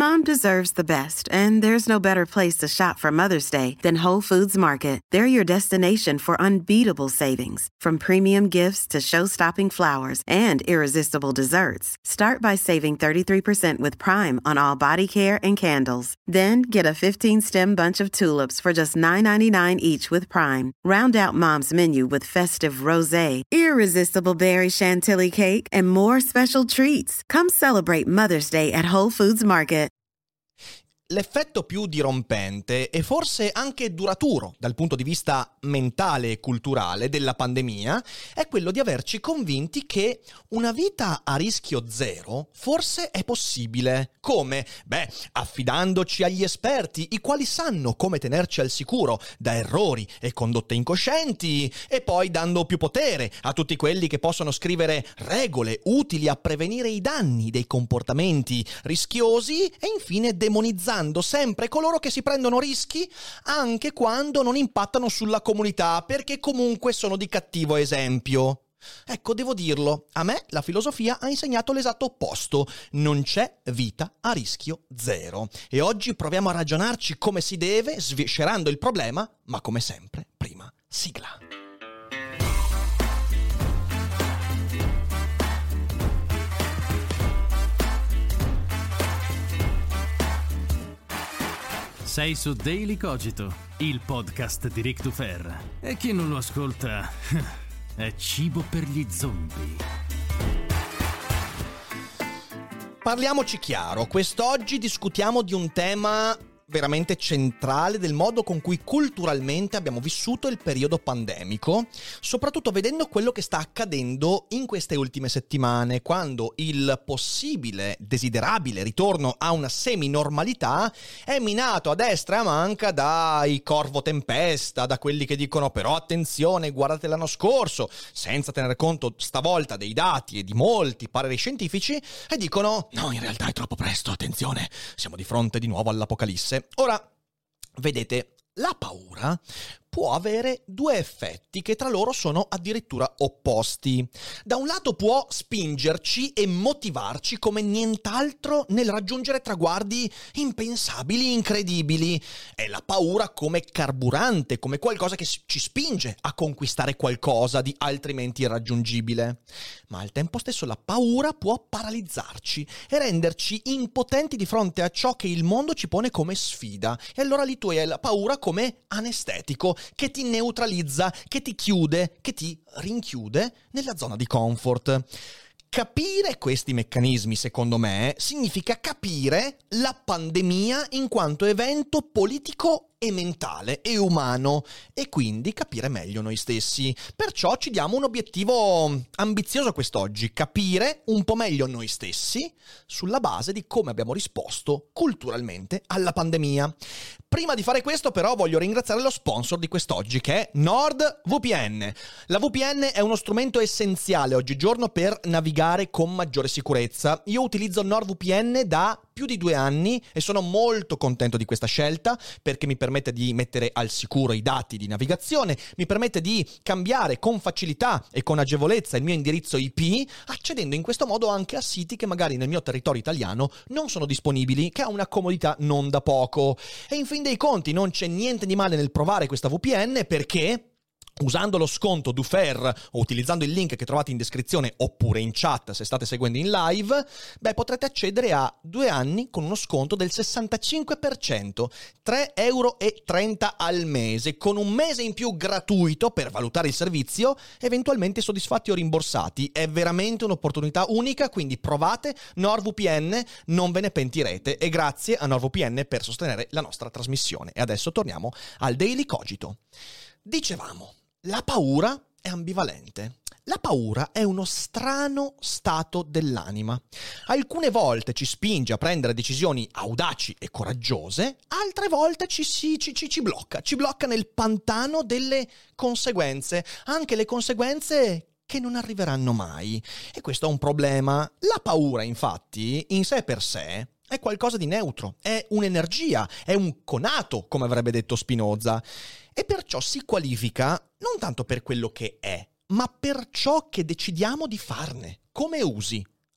Mom deserves the best, and there's no better place to shop for Mother's Day than Whole Foods Market. They're your destination for unbeatable savings, from premium gifts to show-stopping flowers and irresistible desserts. Start by saving 33% with Prime on all body care and candles. Then get a 15-stem bunch of tulips for just $9.99 each with Prime. Round out Mom's menu with festive rosé, irresistible berry chantilly cake, and more special treats. Come celebrate Mother's Day at Whole Foods Market. L'effetto più dirompente e forse anche duraturo dal punto di vista mentale e culturale della pandemia è quello di averci convinti che una vita a rischio zero forse è possibile. Come? Beh, affidandoci agli esperti, i quali sanno come tenerci al sicuro da errori e condotte incoscienti, e poi dando più potere a tutti quelli che possono scrivere regole utili a prevenire i danni dei comportamenti rischiosi e infine demonizzando sempre coloro che si prendono rischi anche quando non impattano sulla comunità, perché comunque sono di cattivo esempio. Ecco, devo dirlo, a me la filosofia ha insegnato l'esatto opposto. Non c'è vita a rischio zero. E oggi proviamo a ragionarci come si deve, sviscerando il problema, ma come sempre, prima, sigla. Sei su Daily Cogito, il podcast di Ric Dufer. E chi non lo ascolta è cibo per gli zombie. Parliamoci chiaro, quest'oggi discutiamo di un tema veramente centrale del modo con cui culturalmente abbiamo vissuto il periodo pandemico, soprattutto vedendo quello che sta accadendo in queste ultime settimane, quando il possibile, desiderabile ritorno a una semi-normalità è minato a destra e a manca dai Corvo Tempesta, da quelli che dicono però attenzione, guardate l'anno scorso, senza tenere conto stavolta dei dati e di molti pareri scientifici, e dicono no, in realtà è troppo presto, attenzione, siamo di fronte di nuovo all'apocalisse. Ora, vedete, la paura può avere due effetti che tra loro sono addirittura opposti. Da un lato può spingerci e motivarci come nient'altro nel raggiungere traguardi impensabili, incredibili. È la paura come carburante, come qualcosa che ci spinge a conquistare qualcosa di altrimenti irraggiungibile. Ma al tempo stesso la paura può paralizzarci e renderci impotenti di fronte a ciò che il mondo ci pone come sfida. E allora lì tu hai la paura come anestetico, che ti neutralizza, che ti chiude, che ti rinchiude nella zona di comfort. Capire questi meccanismi, secondo me, significa capire la pandemia in quanto evento politico e mentale e umano, e quindi capire meglio noi stessi. Perciò ci diamo un obiettivo ambizioso quest'oggi: capire un po' meglio noi stessi sulla base di come abbiamo risposto culturalmente alla pandemia. Prima di fare questo però voglio ringraziare lo sponsor di quest'oggi, che è NordVPN. La VPN è uno strumento essenziale oggigiorno per navigare con maggiore sicurezza. Io utilizzo NordVPN da più di 2 anni e sono molto contento di questa scelta, perché mi permette di mettere al sicuro i dati di navigazione, mi permette di cambiare con facilità e con agevolezza il mio indirizzo IP, accedendo in questo modo anche a siti che magari nel mio territorio italiano non sono disponibili, che ha una comodità non da poco. E in fin dei conti non c'è niente di male nel provare questa VPN, perché usando lo sconto Dufer o utilizzando il link che trovate in descrizione oppure in chat se state seguendo in live, potrete accedere a 2 anni con uno sconto del 65%, €3,30 al mese, con un mese in più gratuito per valutare il servizio, eventualmente soddisfatti o rimborsati. È veramente un'opportunità unica, quindi provate NordVPN, non ve ne pentirete, e grazie a NordVPN per sostenere la nostra trasmissione. E adesso torniamo al Daily Cogito. Dicevamo, la paura è ambivalente. La paura è uno strano stato dell'anima. Alcune volte ci spinge a prendere decisioni audaci e coraggiose, altre volte ci blocca nel pantano delle conseguenze, anche le conseguenze che non arriveranno mai. E questo è un problema. La paura, infatti, in sé per sé, è qualcosa di neutro, è un'energia, è un conato, come avrebbe detto Spinoza, e perciò si qualifica non tanto per quello che è, ma per ciò che decidiamo di farne, come usi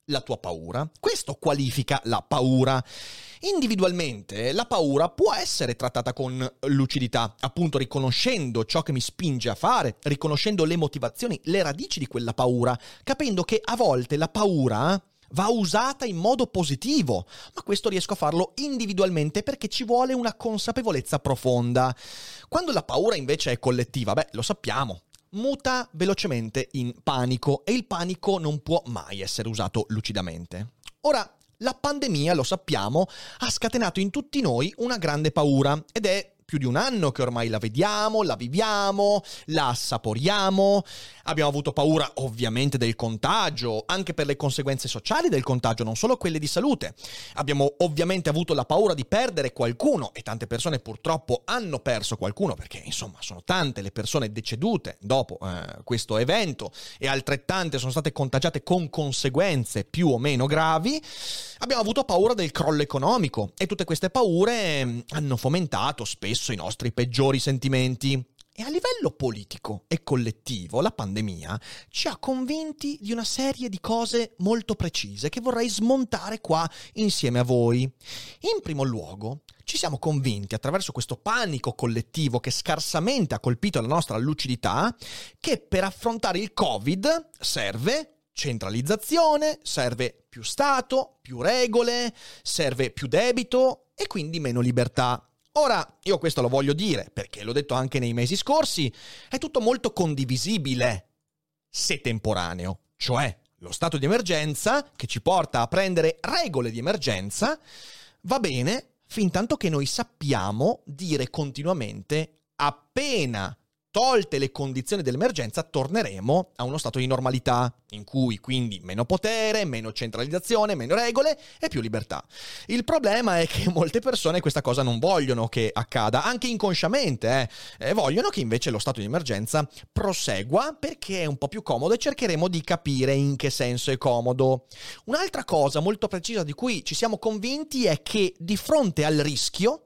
la tua paura. Questo qualifica la paura. Individualmente la paura può essere trattata con lucidità, appunto riconoscendo ciò che mi spinge a fare, riconoscendo le motivazioni, le radici di quella paura, capendo che a volte la paura va usata in modo positivo, ma questo riesco a farlo individualmente perché ci vuole una consapevolezza profonda. Quando la paura invece è collettiva, lo sappiamo, muta velocemente in panico e il panico non può mai essere usato lucidamente. Ora, la pandemia, lo sappiamo, ha scatenato in tutti noi una grande paura ed è più di un anno che ormai la vediamo, la viviamo, la assaporiamo. Abbiamo avuto paura ovviamente del contagio, anche per le conseguenze sociali del contagio, non solo quelle di salute. Abbiamo ovviamente avuto la paura di perdere qualcuno e tante persone purtroppo hanno perso qualcuno perché insomma sono tante le persone decedute dopo questo evento e altrettante sono state contagiate con conseguenze più o meno gravi. Abbiamo avuto paura del crollo economico e tutte queste paure hanno fomentato spesso i nostri peggiori sentimenti. E a livello politico e collettivo la pandemia ci ha convinti di una serie di cose molto precise che vorrei smontare qua insieme a voi. In primo luogo, ci siamo convinti attraverso questo panico collettivo che scarsamente ha colpito la nostra lucidità che per affrontare il Covid serve centralizzazione, serve più Stato, più regole, serve più debito e quindi meno libertà. Ora, io questo lo voglio dire, perché l'ho detto anche nei mesi scorsi, è tutto molto condivisibile, se temporaneo, cioè lo stato di emergenza, che ci porta a prendere regole di emergenza, va bene fin tanto che noi sappiamo dire continuamente appena tolte le condizioni dell'emergenza, torneremo a uno stato di normalità, in cui quindi meno potere, meno centralizzazione, meno regole e più libertà. Il problema è che molte persone questa cosa non vogliono che accada, anche inconsciamente, vogliono che invece lo stato di emergenza prosegua perché è un po' più comodo e cercheremo di capire in che senso è comodo. Un'altra cosa molto precisa di cui ci siamo convinti è che di fronte al rischio,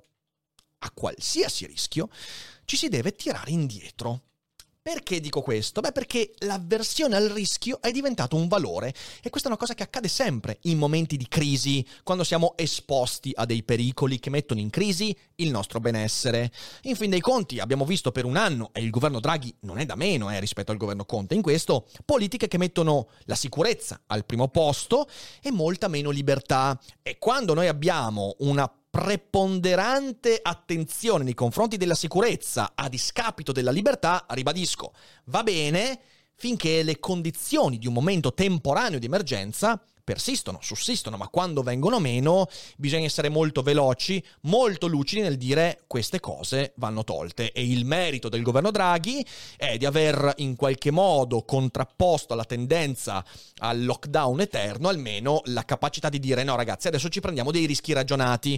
a qualsiasi rischio, ci si deve tirare indietro. Perché dico questo? Perché l'avversione al rischio è diventato un valore e questa è una cosa che accade sempre in momenti di crisi, quando siamo esposti a dei pericoli che mettono in crisi il nostro benessere. In fin dei conti abbiamo visto per un anno, e il governo Draghi non è da meno rispetto al governo Conte in questo, politiche che mettono la sicurezza al primo posto e molta meno libertà. E quando noi abbiamo una preponderante attenzione nei confronti della sicurezza a discapito della libertà, ribadisco, va bene finché le condizioni di un momento temporaneo di emergenza persistono, sussistono, ma quando vengono meno bisogna essere molto veloci, molto lucidi nel dire queste cose vanno tolte. E il merito del governo Draghi è di aver in qualche modo contrapposto alla tendenza al lockdown eterno almeno la capacità di dire no ragazzi, adesso ci prendiamo dei rischi ragionati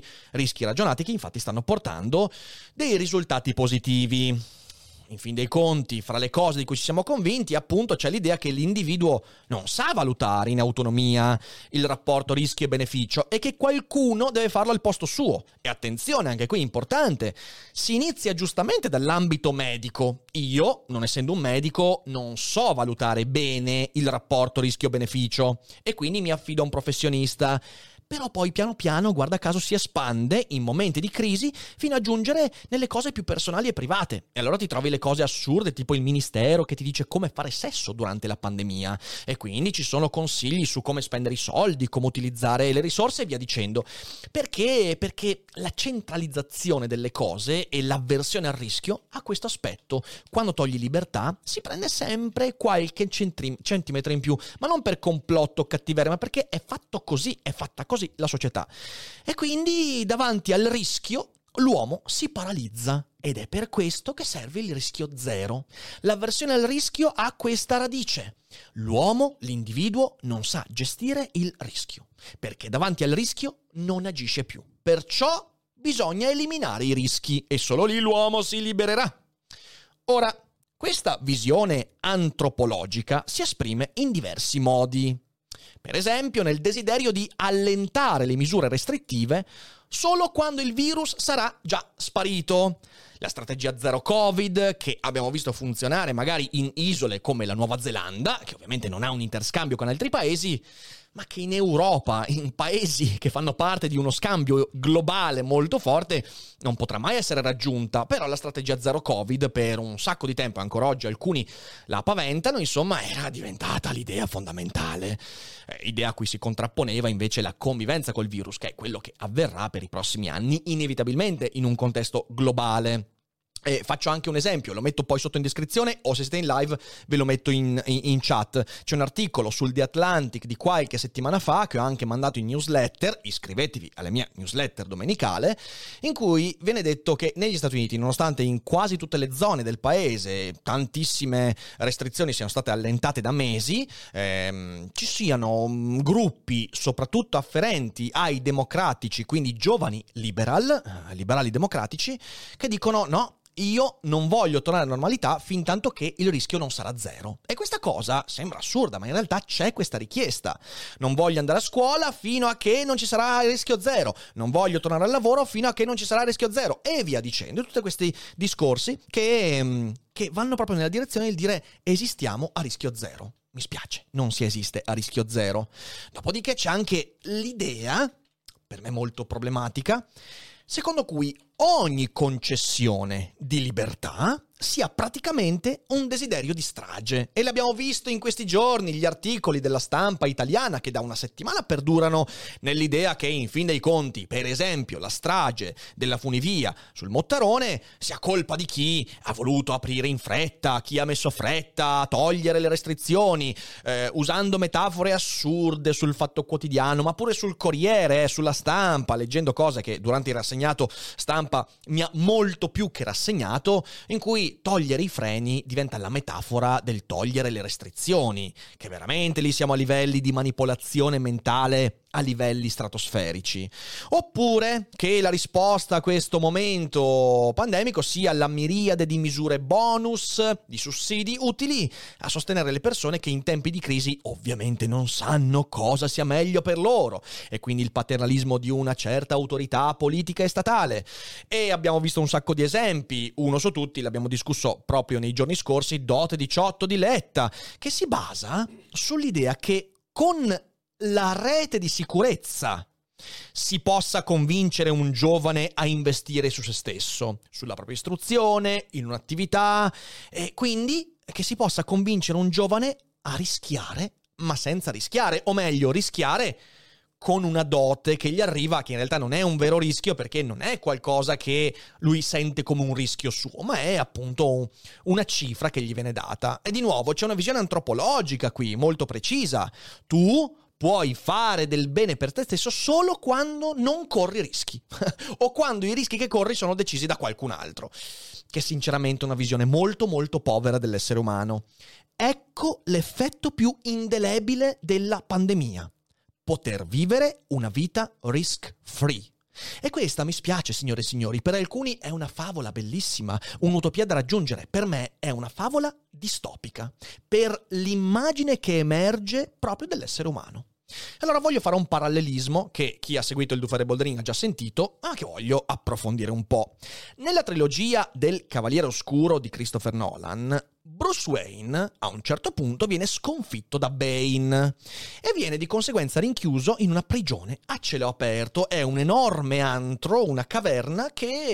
che infatti stanno portando dei risultati positivi. In fin dei conti, fra le cose di cui ci siamo convinti, appunto, c'è l'idea che l'individuo non sa valutare in autonomia il rapporto rischio e beneficio e che qualcuno deve farlo al posto suo. E attenzione, anche qui è importante, si inizia giustamente dall'ambito medico. Io, non essendo un medico, non so valutare bene il rapporto rischio-beneficio e quindi mi affido a un professionista. Però poi piano piano, guarda caso, si espande in momenti di crisi fino a giungere nelle cose più personali e private. E allora ti trovi le cose assurde, tipo il ministero che ti dice come fare sesso durante la pandemia. E quindi ci sono consigli su come spendere i soldi, come utilizzare le risorse e via dicendo. Perché? Perché la centralizzazione delle cose e l'avversione al rischio ha questo aspetto. Quando togli libertà si prende sempre qualche centimetro in più, ma non per complotto o cattiveria, ma perché è fatto così, è fatta così la società. E quindi davanti al rischio l'uomo si paralizza ed è per questo che serve il rischio zero. L'avversione al rischio ha questa radice. L'uomo, l'individuo, non sa gestire il rischio, perché davanti al rischio non agisce più. Perciò bisogna eliminare i rischi e solo lì l'uomo si libererà. Ora, questa visione antropologica si esprime in diversi modi. Per esempio nel desiderio di allentare le misure restrittive solo quando il virus sarà già sparito. La strategia zero Covid, che abbiamo visto funzionare magari in isole come la Nuova Zelanda, che ovviamente non ha un interscambio con altri paesi, ma che in Europa, in paesi che fanno parte di uno scambio globale molto forte, non potrà mai essere raggiunta. Però la strategia zero Covid per un sacco di tempo, ancora oggi alcuni la paventano, insomma, era diventata l'idea fondamentale. Idea a cui si contrapponeva invece la convivenza col virus, che è quello che avverrà per i prossimi anni, inevitabilmente in un contesto globale. Faccio anche un esempio, lo metto poi sotto in descrizione, o se siete in live ve lo metto in chat. C'è un articolo sul The Atlantic di qualche settimana fa che ho anche mandato in newsletter, iscrivetevi alla mia newsletter domenicale, in cui viene detto che negli Stati Uniti, nonostante in quasi tutte le zone del paese tantissime restrizioni siano state allentate da mesi, ci siano gruppi soprattutto afferenti ai democratici, quindi giovani liberali democratici, che dicono no, io non voglio tornare alla normalità fin tanto che il rischio non sarà zero. E questa cosa sembra assurda, ma in realtà c'è questa richiesta. Non voglio andare a scuola fino a che non ci sarà il rischio zero. Non voglio tornare al lavoro fino a che non ci sarà il rischio zero. E via dicendo. Tutti questi discorsi che vanno proprio nella direzione del dire esistiamo a rischio zero. Mi spiace, non si esiste a rischio zero. Dopodiché c'è anche l'idea, per me molto problematica, secondo cui ogni concessione di libertà sia praticamente un desiderio di strage. E l'abbiamo visto in questi giorni, gli articoli della stampa italiana che da una settimana perdurano nell'idea che in fin dei conti, per esempio, la strage della funivia sul Mottarone sia colpa di chi ha voluto aprire in fretta, chi ha messo fretta a togliere le restrizioni, usando metafore assurde sul Fatto Quotidiano, ma pure sul Corriere, sulla Stampa, leggendo cose che durante il rassegnato Stampa mi ha molto più che rassegnato, in cui togliere i freni diventa la metafora del togliere le restrizioni, che veramente lì siamo a livelli di manipolazione mentale a livelli stratosferici. Oppure che la risposta a questo momento pandemico sia la miriade di misure bonus, di sussidi utili a sostenere le persone che in tempi di crisi ovviamente non sanno cosa sia meglio per loro, e quindi il paternalismo di una certa autorità politica e statale. E abbiamo visto un sacco di esempi, uno su tutti l'abbiamo discusso proprio nei giorni scorsi, Dote 18 di Letta, che si basa sull'idea che con la rete di sicurezza si possa convincere un giovane a investire su se stesso, sulla propria istruzione, in un'attività, e quindi che si possa convincere un giovane a rischiare, ma senza rischiare, o meglio, rischiare con una dote che gli arriva, che in realtà non è un vero rischio, perché non è qualcosa che lui sente come un rischio suo, ma è appunto una cifra che gli viene data. E di nuovo c'è una visione antropologica qui, molto precisa. Tu puoi fare del bene per te stesso solo quando non corri rischi o quando i rischi che corri sono decisi da qualcun altro, che è sinceramente una visione molto molto povera dell'essere umano. Ecco l'effetto più indelebile della pandemia: poter vivere una vita risk-free. E questa, mi spiace signore e signori, per alcuni è una favola bellissima, un'utopia da raggiungere. Per me è una favola distopica, per l'immagine che emerge proprio dell'essere umano. Allora voglio fare un parallelismo che chi ha seguito il Do Fare Bold Ring ha già sentito, ma che voglio approfondire un po'. Nella trilogia del Cavaliere Oscuro di Christopher Nolan, Bruce Wayne a un certo punto viene sconfitto da Bane e viene di conseguenza rinchiuso in una prigione a cielo aperto. È un enorme antro, una caverna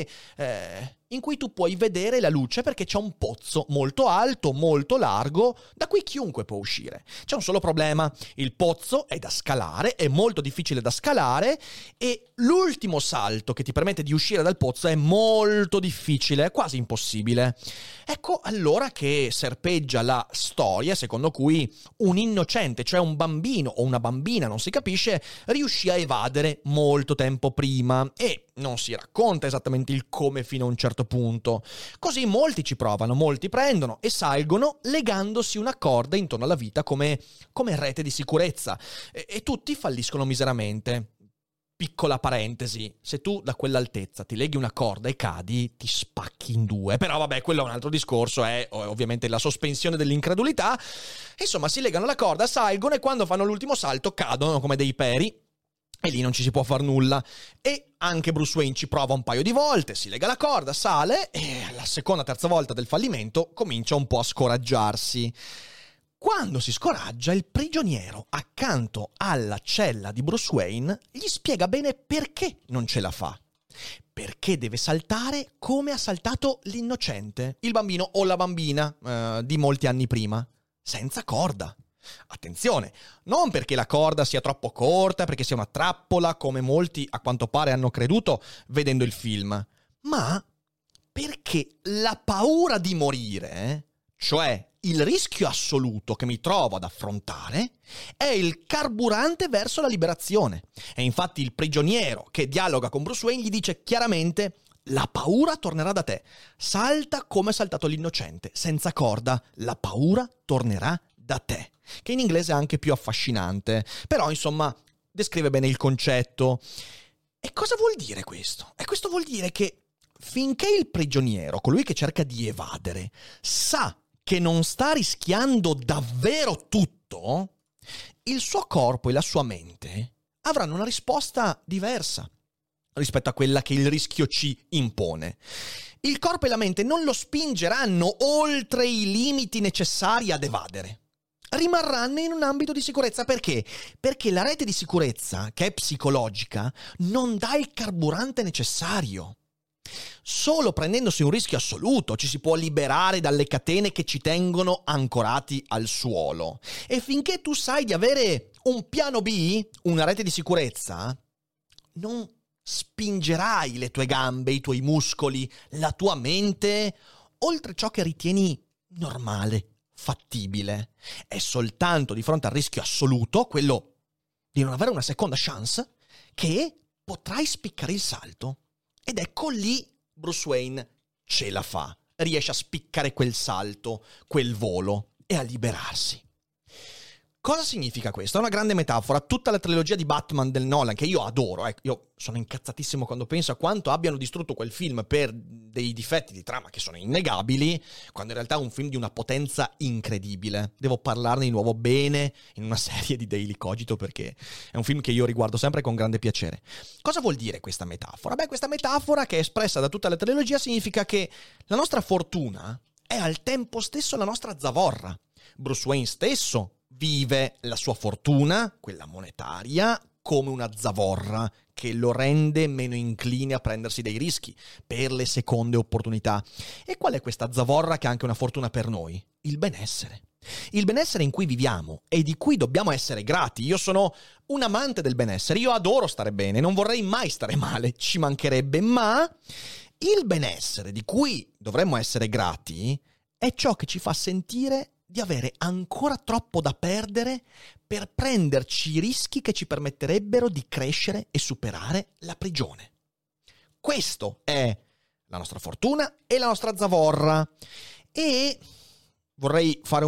in cui tu puoi vedere la luce, perché c'è un pozzo molto alto, molto largo, da cui chiunque può uscire. C'è un solo problema: il pozzo è da scalare, è molto difficile da scalare, e l'ultimo salto che ti permette di uscire dal pozzo è molto difficile, è quasi impossibile. Ecco allora che serpeggia la storia secondo cui un innocente, cioè un bambino o una bambina, non si capisce, riuscì a evadere molto tempo prima, e non si racconta esattamente il come fino a un certo punto. Così molti ci provano, molti prendono e salgono legandosi una corda intorno alla vita come rete di sicurezza, e tutti falliscono miseramente. Piccola parentesi: se tu da quell'altezza ti leghi una corda e cadi, ti spacchi in due. Però vabbè, quello è un altro discorso, è ovviamente la sospensione dell'incredulità. Insomma, si legano la corda, salgono, e quando fanno l'ultimo salto cadono come dei peri, e lì non ci si può far nulla. E anche Bruce Wayne ci prova un paio di volte, si lega la corda, sale, e alla seconda, terza volta del fallimento comincia un po' a scoraggiarsi. Quando si scoraggia, il prigioniero accanto alla cella di Bruce Wayne gli spiega bene perché non ce la fa. Perché deve saltare come ha saltato l'innocente, il bambino o la bambina di molti anni prima, senza corda. Attenzione, non perché la corda sia troppo corta, perché sia una trappola, come molti a quanto pare hanno creduto vedendo il film, ma perché la paura di morire, cioè il rischio assoluto che mi trovo ad affrontare, è il carburante verso la liberazione. E infatti il prigioniero che dialoga con Bruce Wayne gli dice chiaramente: la paura tornerà da te, salta come è saltato l'innocente, senza corda, la paura tornerà da te. Che in inglese è anche più affascinante, però insomma descrive bene il concetto. E cosa vuol dire questo? E questo vuol dire che finché il prigioniero, colui che cerca di evadere, sa che non sta rischiando davvero tutto, il suo corpo e la sua mente avranno una risposta diversa rispetto a quella che il rischio ci impone. Il corpo e la mente non lo spingeranno oltre i limiti necessari ad evadere. Rimarranno in un ambito di sicurezza. Perché? Perché la rete di sicurezza, che è psicologica, non dà il carburante necessario. Solo prendendosi un rischio assoluto ci si può liberare dalle catene che ci tengono ancorati al suolo. E finché tu sai di avere un piano B, una rete di sicurezza, non spingerai le tue gambe, i tuoi muscoli, la tua mente oltre ciò che ritieni normale, fattibile. È soltanto di fronte al rischio assoluto, quello di non avere una seconda chance, che potrai spiccare il salto. Ed ecco lì Bruce Wayne ce la fa, riesce a spiccare quel salto, quel volo e a liberarsi. Cosa significa questo? È una grande metafora. Tutta la trilogia di Batman del Nolan, che io adoro, io sono incazzatissimo quando penso a quanto abbiano distrutto quel film per dei difetti di trama che sono innegabili, quando in realtà è un film di una potenza incredibile. Devo parlarne di nuovo bene in una serie di Daily Cogito, perché è un film che io riguardo sempre con grande piacere. Cosa vuol dire questa metafora? Beh, questa metafora, che è espressa da tutta la trilogia, significa che la nostra fortuna è al tempo stesso la nostra zavorra. Bruce Wayne stesso vive la sua fortuna, quella monetaria, come una zavorra che lo rende meno incline a prendersi dei rischi per le seconde opportunità. E qual è questa zavorra che è anche una fortuna per noi? Il benessere. Il benessere in cui viviamo e di cui dobbiamo essere grati. Io sono un amante del benessere, io adoro stare bene, non vorrei mai stare male, ci mancherebbe, ma il benessere di cui dovremmo essere grati è ciò che ci fa sentire di avere ancora troppo da perdere per prenderci i rischi che ci permetterebbero di crescere e superare la prigione. Questo è la nostra fortuna e la nostra zavorra. E vorrei fare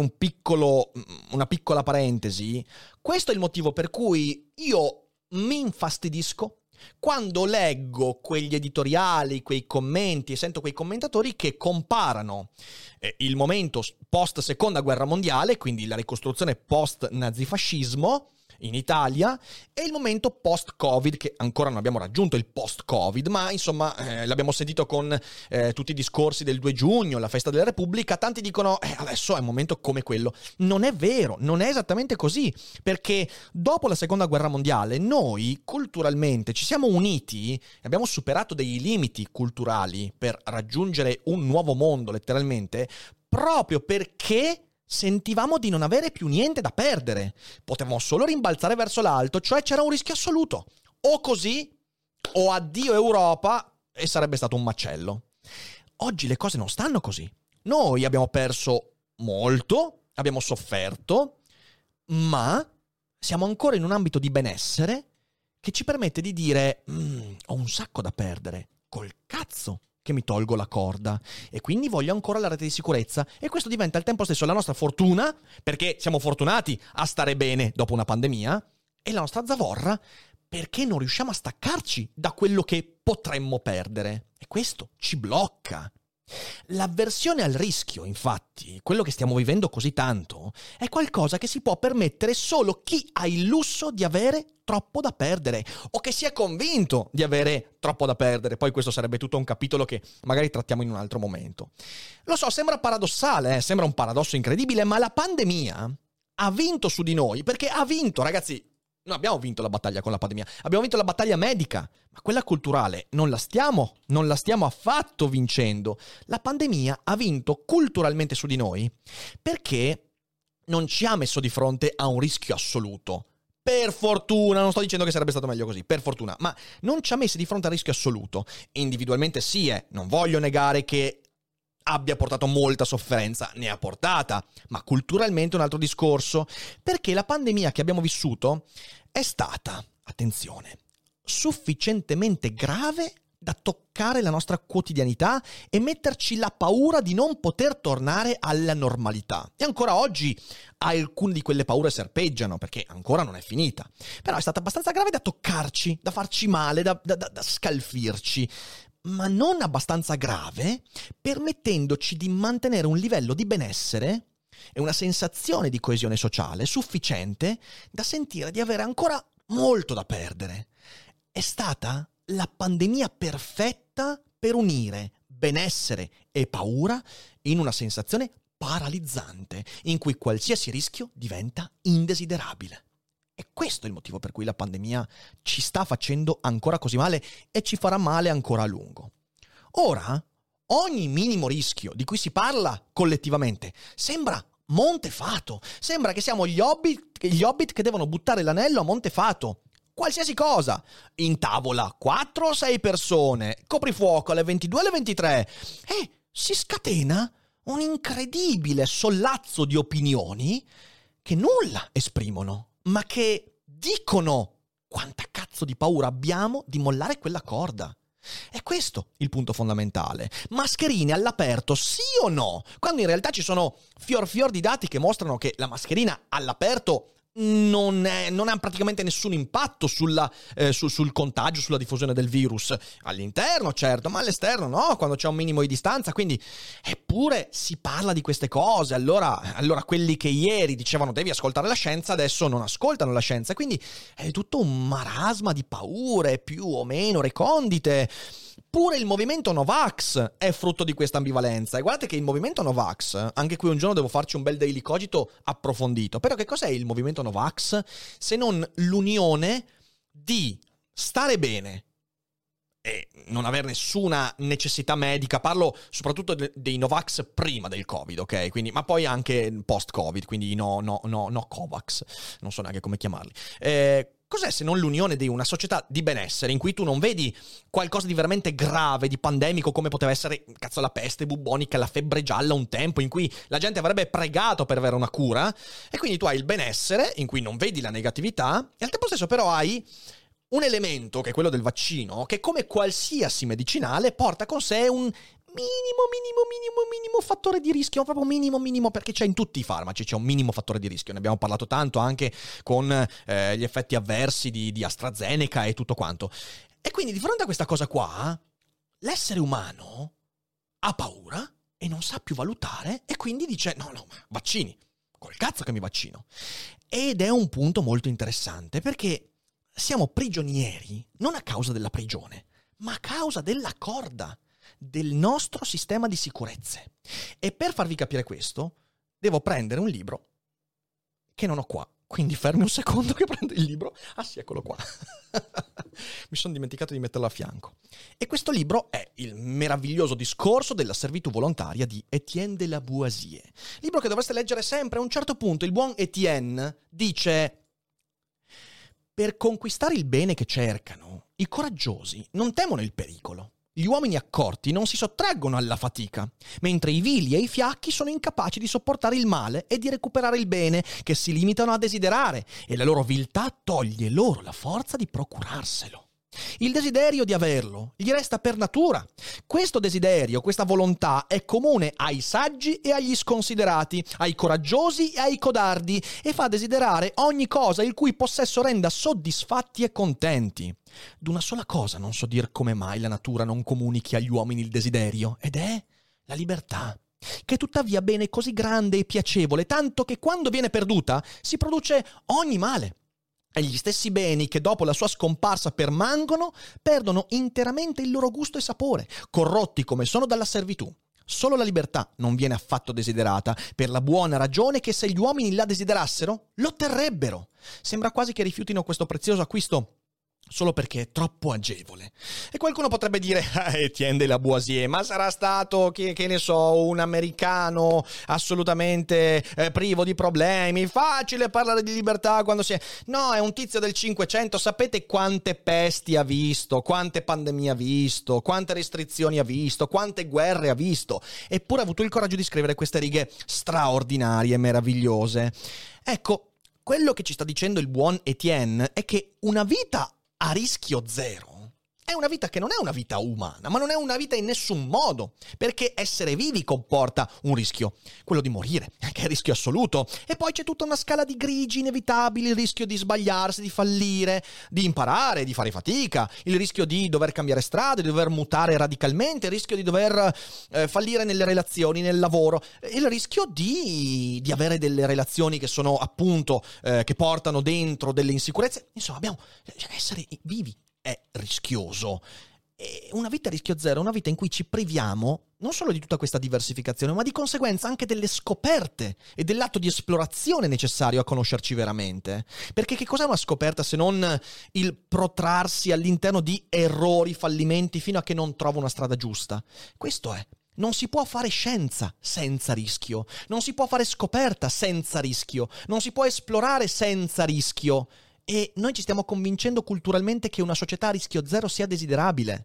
una piccola parentesi. Questo è il motivo per cui io mi infastidisco quando leggo quegli editoriali, quei commenti e sento quei commentatori che comparano il momento post seconda guerra mondiale, quindi la ricostruzione post nazifascismo in Italia, e il momento post-Covid, che ancora non abbiamo raggiunto il post-Covid, ma insomma l'abbiamo sentito con tutti i discorsi del 2 giugno, la festa della Repubblica. Tanti dicono adesso è un momento come quello. Non è vero, non è esattamente così, perché dopo la seconda guerra mondiale noi culturalmente ci siamo uniti, abbiamo superato dei limiti culturali per raggiungere un nuovo mondo letteralmente, proprio perché sentivamo di non avere più niente da perdere. Potevamo solo rimbalzare verso l'alto, cioè c'era un rischio assoluto. O così, o addio Europa, e sarebbe stato un macello. Oggi le cose non stanno così. Noi abbiamo perso molto, abbiamo sofferto, ma siamo ancora in un ambito di benessere che ci permette di dire ho un sacco da perdere, col cazzo che mi tolgo la corda, e quindi voglio ancora la rete di sicurezza, e questo diventa al tempo stesso la nostra fortuna, perché siamo fortunati a stare bene dopo una pandemia, e la nostra zavorra, perché non riusciamo a staccarci da quello che potremmo perdere, e questo ci blocca. L'avversione al rischio, infatti, quello che stiamo vivendo così tanto, è qualcosa che si può permettere solo chi ha il lusso di avere troppo da perdere, o che si è convinto di avere troppo da perdere. Poi questo sarebbe tutto un capitolo che magari trattiamo in un altro momento. Lo so, sembra paradossale, sembra un paradosso incredibile, ma la pandemia ha vinto su di noi, perché ha vinto, ragazzi. Non abbiamo vinto la battaglia con la pandemia, abbiamo vinto la battaglia medica, ma quella culturale non la stiamo affatto vincendo. La pandemia ha vinto culturalmente su di noi perché non ci ha messo di fronte a un rischio assoluto. Per fortuna, non sto dicendo che sarebbe stato meglio così, per fortuna, ma non ci ha messi di fronte a rischio assoluto. Individualmente sì, non voglio negare che abbia portato molta sofferenza, ne ha portata, ma culturalmente è un altro discorso, perché la pandemia che abbiamo vissuto è stata, attenzione, sufficientemente grave da toccare la nostra quotidianità e metterci la paura di non poter tornare alla normalità. E ancora oggi alcune di quelle paure serpeggiano, perché ancora non è finita. Però è stata abbastanza grave da toccarci, da farci male, da scalfirci, ma non abbastanza grave, permettendoci di mantenere un livello di benessere e una sensazione di coesione sociale sufficiente da sentire di avere ancora molto da perdere. È stata la pandemia perfetta per unire benessere e paura in una sensazione paralizzante, in cui qualsiasi rischio diventa indesiderabile. E questo è il motivo per cui la pandemia ci sta facendo ancora così male e ci farà male ancora a lungo. Ora, ogni minimo rischio di cui si parla collettivamente sembra Montefato. Sembra che siamo gli hobbit che devono buttare l'anello a Montefato. Qualsiasi cosa. In tavola 4 o 6 persone, coprifuoco alle 22 alle 23. E si scatena un incredibile sollazzo di opinioni che nulla esprimono, ma che dicono quanta cazzo di paura abbiamo di mollare quella corda. È questo il punto fondamentale. Mascherine all'aperto, sì o no? Quando in realtà ci sono fior di dati che mostrano che la mascherina all'aperto non ha praticamente nessun impatto sul contagio, sulla diffusione del virus. All'interno, certo, ma all'esterno no, quando c'è un minimo di distanza. Quindi, eppure si parla di queste cose. Allora quelli che ieri dicevano devi ascoltare la scienza, adesso non ascoltano la scienza. Quindi è tutto un marasma di paure più o meno recondite. Pure il movimento Novax è frutto di questa ambivalenza. E guardate che il movimento Novax, anche qui un giorno devo farci un bel Daily Cogito approfondito. Però che cos'è il movimento Novax se non l'unione di stare bene e non avere nessuna necessità medica? Parlo soprattutto dei Novax prima del Covid, ok? Quindi, ma poi anche post-Covid, quindi no Covax, non so neanche come chiamarli. Cos'è se non l'unione di una società di benessere in cui tu non vedi qualcosa di veramente grave, di pandemico, come poteva essere, cazzo, la peste bubonica, la febbre gialla un tempo, in cui la gente avrebbe pregato per avere una cura, e quindi tu hai il benessere, in cui non vedi la negatività, e al tempo stesso però hai un elemento, che è quello del vaccino, che come qualsiasi medicinale porta con sé un minimo fattore di rischio, proprio minimo, perché c'è in tutti i farmaci, c'è un minimo fattore di rischio. Ne abbiamo parlato tanto anche con gli effetti avversi di AstraZeneca e tutto quanto. E quindi di fronte a questa cosa qua, l'essere umano ha paura e non sa più valutare, e quindi dice no, ma vaccini, col cazzo che mi vaccino. Ed è un punto molto interessante, perché siamo prigionieri non a causa della prigione, ma a causa della corda del nostro sistema di sicurezze. E per farvi capire questo, devo prendere un libro che non ho qua. Quindi fermi un secondo che prendo il libro. Ah sì, eccolo qua. Mi sono dimenticato di metterlo a fianco. E questo libro è Il meraviglioso discorso della servitù volontaria di Etienne de la Boissier. Libro che dovreste leggere sempre. A un certo punto il buon Etienne dice: per conquistare il bene che cercano, i coraggiosi non temono il pericolo. Gli uomini accorti non si sottraggono alla fatica, mentre i vili e i fiacchi sono incapaci di sopportare il male e di recuperare il bene, che si limitano a desiderare, e la loro viltà toglie loro la forza di procurarselo. Il desiderio di averlo gli resta per natura. Questo desiderio, questa volontà è comune ai saggi e agli sconsiderati, ai coraggiosi e ai codardi, e fa desiderare ogni cosa il cui possesso renda soddisfatti e contenti. D'una sola cosa non so dir come mai la natura non comunichi agli uomini il desiderio, ed è la libertà, che è tuttavia bene così grande e piacevole, tanto che quando viene perduta si produce ogni male. E gli stessi beni che dopo la sua scomparsa permangono, perdono interamente il loro gusto e sapore, corrotti come sono dalla servitù. Solo la libertà non viene affatto desiderata, per la buona ragione che se gli uomini la desiderassero, lo otterrebbero. Sembra quasi che rifiutino questo prezioso acquisto solo perché è troppo agevole. E qualcuno potrebbe dire, Etienne de Lavoisier, ma sarà stato, che ne so, un americano assolutamente privo di problemi, facile parlare di libertà quando si è... No, è un tizio del 500, sapete quante pesti ha visto, quante pandemie ha visto, quante restrizioni ha visto, quante guerre ha visto, eppure ha avuto il coraggio di scrivere queste righe straordinarie, meravigliose. Ecco, quello che ci sta dicendo il buon Etienne è che una vita a rischio zero è una vita che non è una vita umana, ma non è una vita in nessun modo, perché essere vivi comporta un rischio, quello di morire, che è il rischio assoluto, e poi c'è tutta una scala di grigi inevitabili, il rischio di sbagliarsi, di fallire, di imparare, di fare fatica, il rischio di dover cambiare strada, di dover mutare radicalmente, il rischio di dover fallire nelle relazioni, nel lavoro, il rischio di avere delle relazioni che sono appunto, che portano dentro delle insicurezze. Insomma, essere vivi è rischioso. E una vita a rischio zero è una vita in cui ci priviamo non solo di tutta questa diversificazione, ma di conseguenza anche delle scoperte e dell'atto di esplorazione necessario a conoscerci veramente. Perché che cos'è una scoperta se non il protrarsi all'interno di errori, fallimenti, fino a che non trovo una strada giusta? Questo è. Non si può fare scienza senza rischio, non si può fare scoperta senza rischio, non si può esplorare senza rischio. E noi ci stiamo convincendo culturalmente che una società a rischio zero sia desiderabile.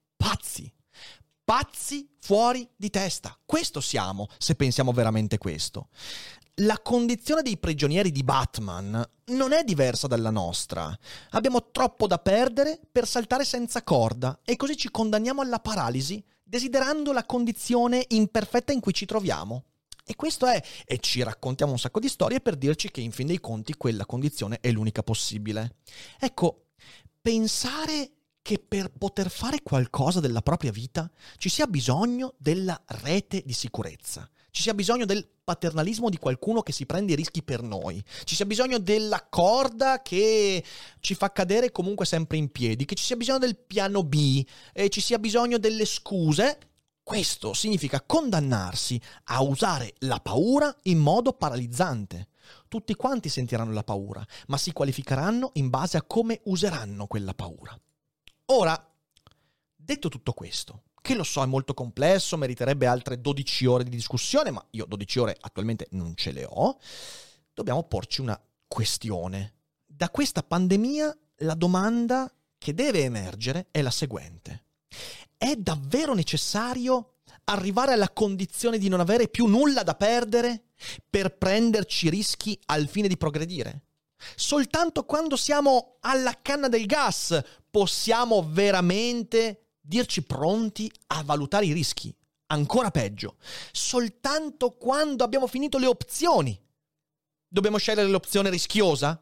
Pazzi fuori di testa. Questo siamo, se pensiamo veramente questo. La condizione dei prigionieri di Batman non è diversa dalla nostra. Abbiamo troppo da perdere per saltare senza corda e così ci condanniamo alla paralisi, desiderando la condizione imperfetta in cui ci troviamo. E questo è, e ci raccontiamo un sacco di storie per dirci che in fin dei conti quella condizione è l'unica possibile. Ecco, pensare che per poter fare qualcosa della propria vita ci sia bisogno della rete di sicurezza, ci sia bisogno del paternalismo di qualcuno che si prende i rischi per noi, ci sia bisogno della corda che ci fa cadere comunque sempre in piedi, che ci sia bisogno del piano B, ci sia bisogno delle scuse. Questo significa condannarsi a usare la paura in modo paralizzante. Tutti quanti sentiranno la paura, ma si qualificheranno in base a come useranno quella paura. Ora, detto tutto questo, che lo so è molto complesso, meriterebbe altre 12 ore di discussione, ma io 12 ore attualmente non ce le ho, dobbiamo porci una questione. Da questa pandemia la domanda che deve emergere è la seguente. È davvero necessario arrivare alla condizione di non avere più nulla da perdere per prenderci rischi al fine di progredire? Soltanto quando siamo alla canna del gas possiamo veramente dirci pronti a valutare i rischi. Ancora peggio, soltanto quando abbiamo finito le opzioni dobbiamo scegliere l'opzione rischiosa?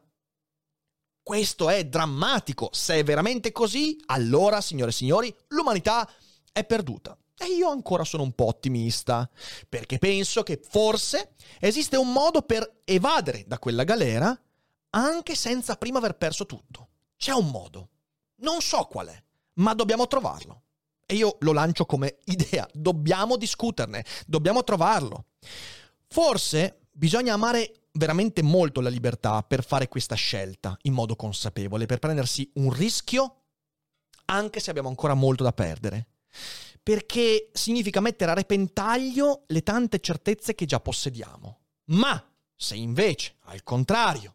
Questo è drammatico. Se è veramente così, allora, signore e signori, l'umanità è perduta. E io ancora sono un po' ottimista, perché penso che forse esiste un modo per evadere da quella galera anche senza prima aver perso tutto. C'è un modo. Non so qual è, ma dobbiamo trovarlo. E io lo lancio come idea. Dobbiamo discuterne, dobbiamo trovarlo. Forse bisogna amare veramente molto la libertà per fare questa scelta in modo consapevole, per prendersi un rischio anche se abbiamo ancora molto da perdere, perché significa mettere a repentaglio le tante certezze che già possediamo. Ma se invece, al contrario,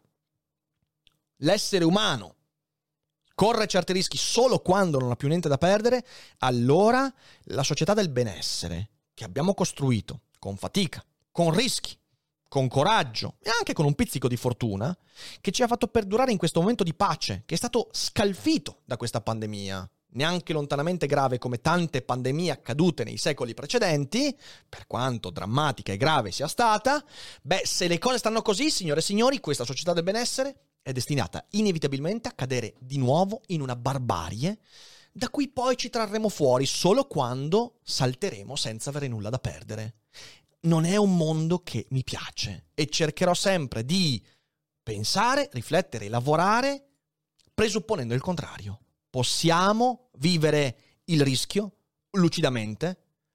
l'essere umano corre certi rischi solo quando non ha più niente da perdere, allora la società del benessere che abbiamo costruito con fatica, con rischi, con coraggio e anche con un pizzico di fortuna, che ci ha fatto perdurare in questo momento di pace, che è stato scalfito da questa pandemia, neanche lontanamente grave come tante pandemie accadute nei secoli precedenti, per quanto drammatica e grave sia stata. Se le cose stanno così, signore e signori, questa società del benessere è destinata inevitabilmente a cadere di nuovo in una barbarie da cui poi ci trarremo fuori solo quando salteremo senza avere nulla da perdere. Non è un mondo che mi piace e cercherò sempre di pensare, riflettere e lavorare presupponendo il contrario. Possiamo vivere il rischio lucidamente,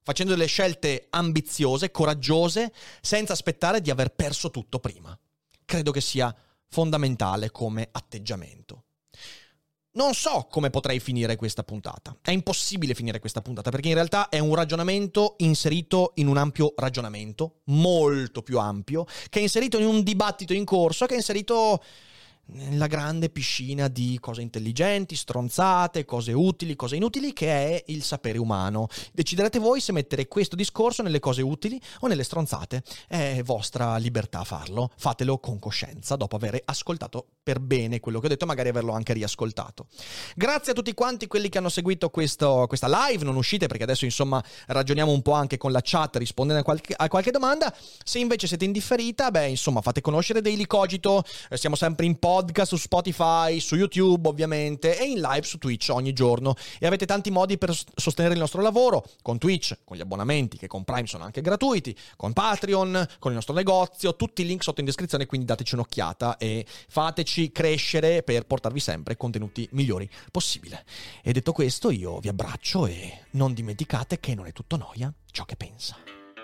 facendo delle scelte ambiziose, coraggiose, senza aspettare di aver perso tutto prima. Credo che sia fondamentale come atteggiamento. Non so come potrei finire questa puntata. È impossibile finire questa puntata, perché in realtà è un ragionamento inserito in un ampio ragionamento, molto più ampio, che è inserito in un dibattito in corso, che è inserito nella grande piscina di cose intelligenti, stronzate, cose utili, cose inutili, che è il sapere umano. Deciderete voi se mettere questo discorso nelle cose utili o nelle stronzate. È vostra libertà farlo. Fatelo con coscienza, dopo aver ascoltato per bene quello che ho detto, magari averlo anche riascoltato. Grazie a tutti quanti quelli che hanno seguito questa live. Non uscite, perché adesso insomma ragioniamo un po' anche con la chat, rispondendo a qualche domanda. Se invece siete indifferita, insomma fate conoscere Daily Cogito. Siamo sempre in podcast su Spotify, su YouTube ovviamente, e in live su Twitch ogni giorno, e avete tanti modi per sostenere il nostro lavoro: con Twitch, con gli abbonamenti che con Prime sono anche gratuiti, con Patreon, con il nostro negozio, tutti i link sotto in descrizione, quindi dateci un'occhiata e fateci crescere per portarvi sempre contenuti migliori possibile. E detto questo, io vi abbraccio e non dimenticate che non è tutto noia ciò che pensa.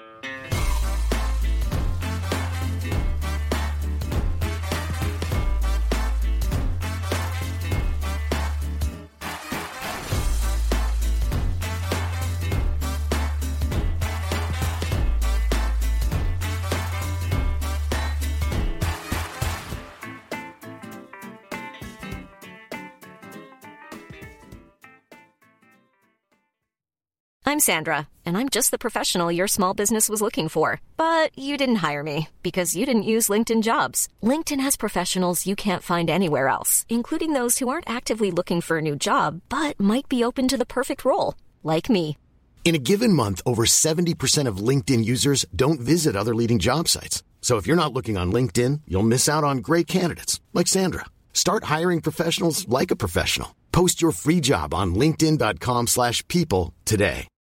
I'm Sandra, and I'm just the professional your small business was looking for. But you didn't hire me because you didn't use LinkedIn Jobs. LinkedIn has professionals you can't find anywhere else, including those who aren't actively looking for a new job, but might be open to the perfect role, like me. In a given month, over 70% of LinkedIn users don't visit other leading job sites. So if you're not looking on LinkedIn, you'll miss out on great candidates, like Sandra. Start hiring professionals like a professional. Post your free job on linkedin.com/people today.